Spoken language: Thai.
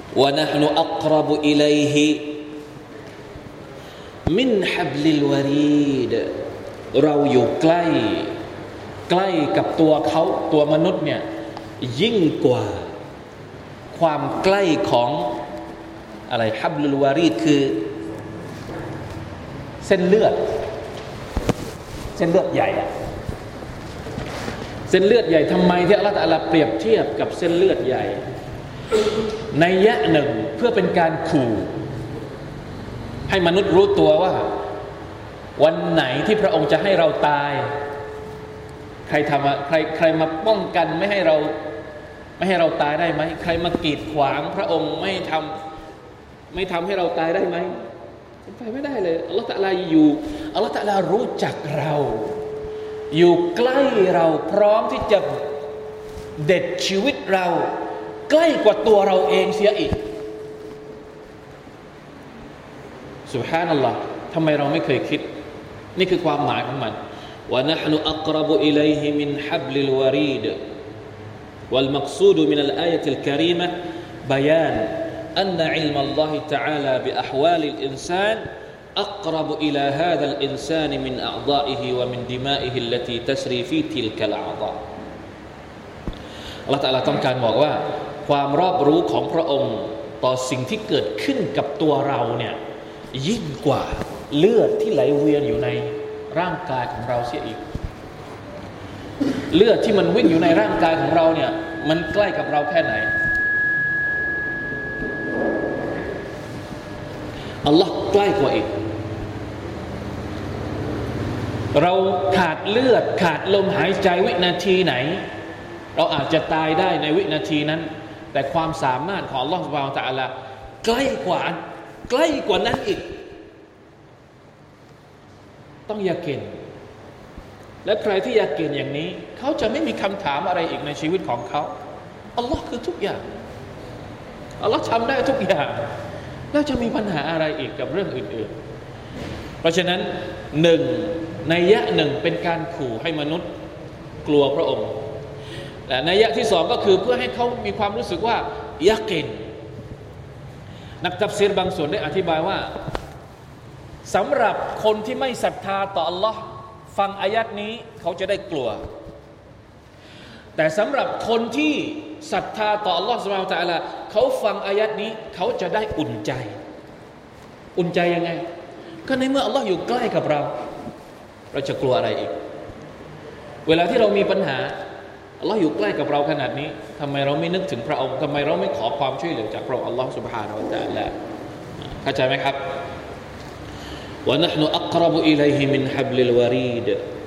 วะนะห์นุอักรบุอิลัยฮิมินฮับลิลวะรีดเราอยู่ใกล้กับตัวเขาตัวมนุษย์เนี่ยยิ่งกว่าความใกล้ของอะไรฮับลุลวารีดคือเส้นเลือดใหญ่เส้นเลือดใหญ่ทำไมที่อัลเลาะห์ตะอาลาเปรียบเทียบกับเส้นเลือดใหญ่ในยะหนึ่งเพื่อเป็นการขู่ให้มนุษย์รู้ตัวว่าวันไหนที่พระองค์จะให้เราตายใครมาป้องกันไม่ให้เราตายได้ไหมใครมากีดขวางพระองค์ไม่ทำให้เราตายได้ไหมไปไม่ได้เลยอัลเลาะห์ตะอาลาอยู่อัลเลาะห์ตะอาลารู้จักเราอยู่ใกล้เราพร้อมที่จะเด็ดชีวิตเราใกล้กว่าตัวเราเองเสียอีกซุบฮานัลลอฮ์ทำไมเราไม่เคยคิดนี่คือความหมายของมันวะนะห์นุอักรบุอิลัยฮิมินฮับลิลวะรีดوالمقصود من الآية الكريمة بيان أن علم الله تعالى بأحوال الإنسان أقرب إلى هذا الإنسان من أعضائه ومن دمائه التي تسري في تلك الأعضاء Allah Ta'ala ต้องการบอกว่าความรอบรู้ของพระองค์ต่อสิ่งที่เกิดขึ้นกับตัวเราเนี่ยยิ่งกว่าเลือดที่ไหลเวียนอยู่ในร่างกายของเราเสียอีกเลือดที่มันวิ่งอยู่ในร่างกายของเราเนี่ยมันใกล้กับเราแค่ไหนอัลลอฮ์ใกล้กว่าอีกเราขาดเลือดขาดลมหายใจวินาทีไหนเราอาจจะตายได้ในวินาทีนั้นแต่ความสามารถของอัลลอฮ์ซุบฮานะฮูวะตะอาลาใกล้กว่านั้นอีกต้องยากินและใครที่ยากินอย่างนี้เขาจะไม่มีคำถามอะไรอีกในชีวิตของเขาอัลลอฮ์คือทุกอย่างอัลลอฮ์ทำได้ทุกอย่างแล้วจะมีปัญหาอะไรอีกกับเรื่องอื่นๆเพราะฉะนั้นหนึ่งนัยยะหนึ่งเป็นการขู่ให้มนุษย์กลัวพระองค์และนัยยะที่สองก็คือเพื่อให้เขามีความรู้สึกว่ายากินนักตัฟซีรบางส่วนได้อธิบายว่าสำหรับคนที่ไม่ศรัทธาต่ออัลลอฮ์ฟังอายัดนี้เขาจะได้กลัวแต่สำหรับคนที่ศรัทธาต่ออัลลอฮ์ซุบฮานะฮูวะตะอาลาเขาฟังอายัดนี้เขาจะได้อุ่นใจยังไงก็ในเมื่ออัลลอฮ์อยู่ใกล้กับเราจะกลัวอะไรอีกเวลาที่เรามีปัญหาอัลลอฮ์อยู่ใกล้กับเราขนาดนี้ทำไมเราไม่นึกถึงพระองค์ทำไมเราไม่ขอความช่วยเหลือจากพระองค์อัลลอฮ์ซุบฮานะฮูวะตะอาลาเข้าใจไหมครับวะนะห์นุอักรบุอิลัยฮิมินฮับลิลวะรีด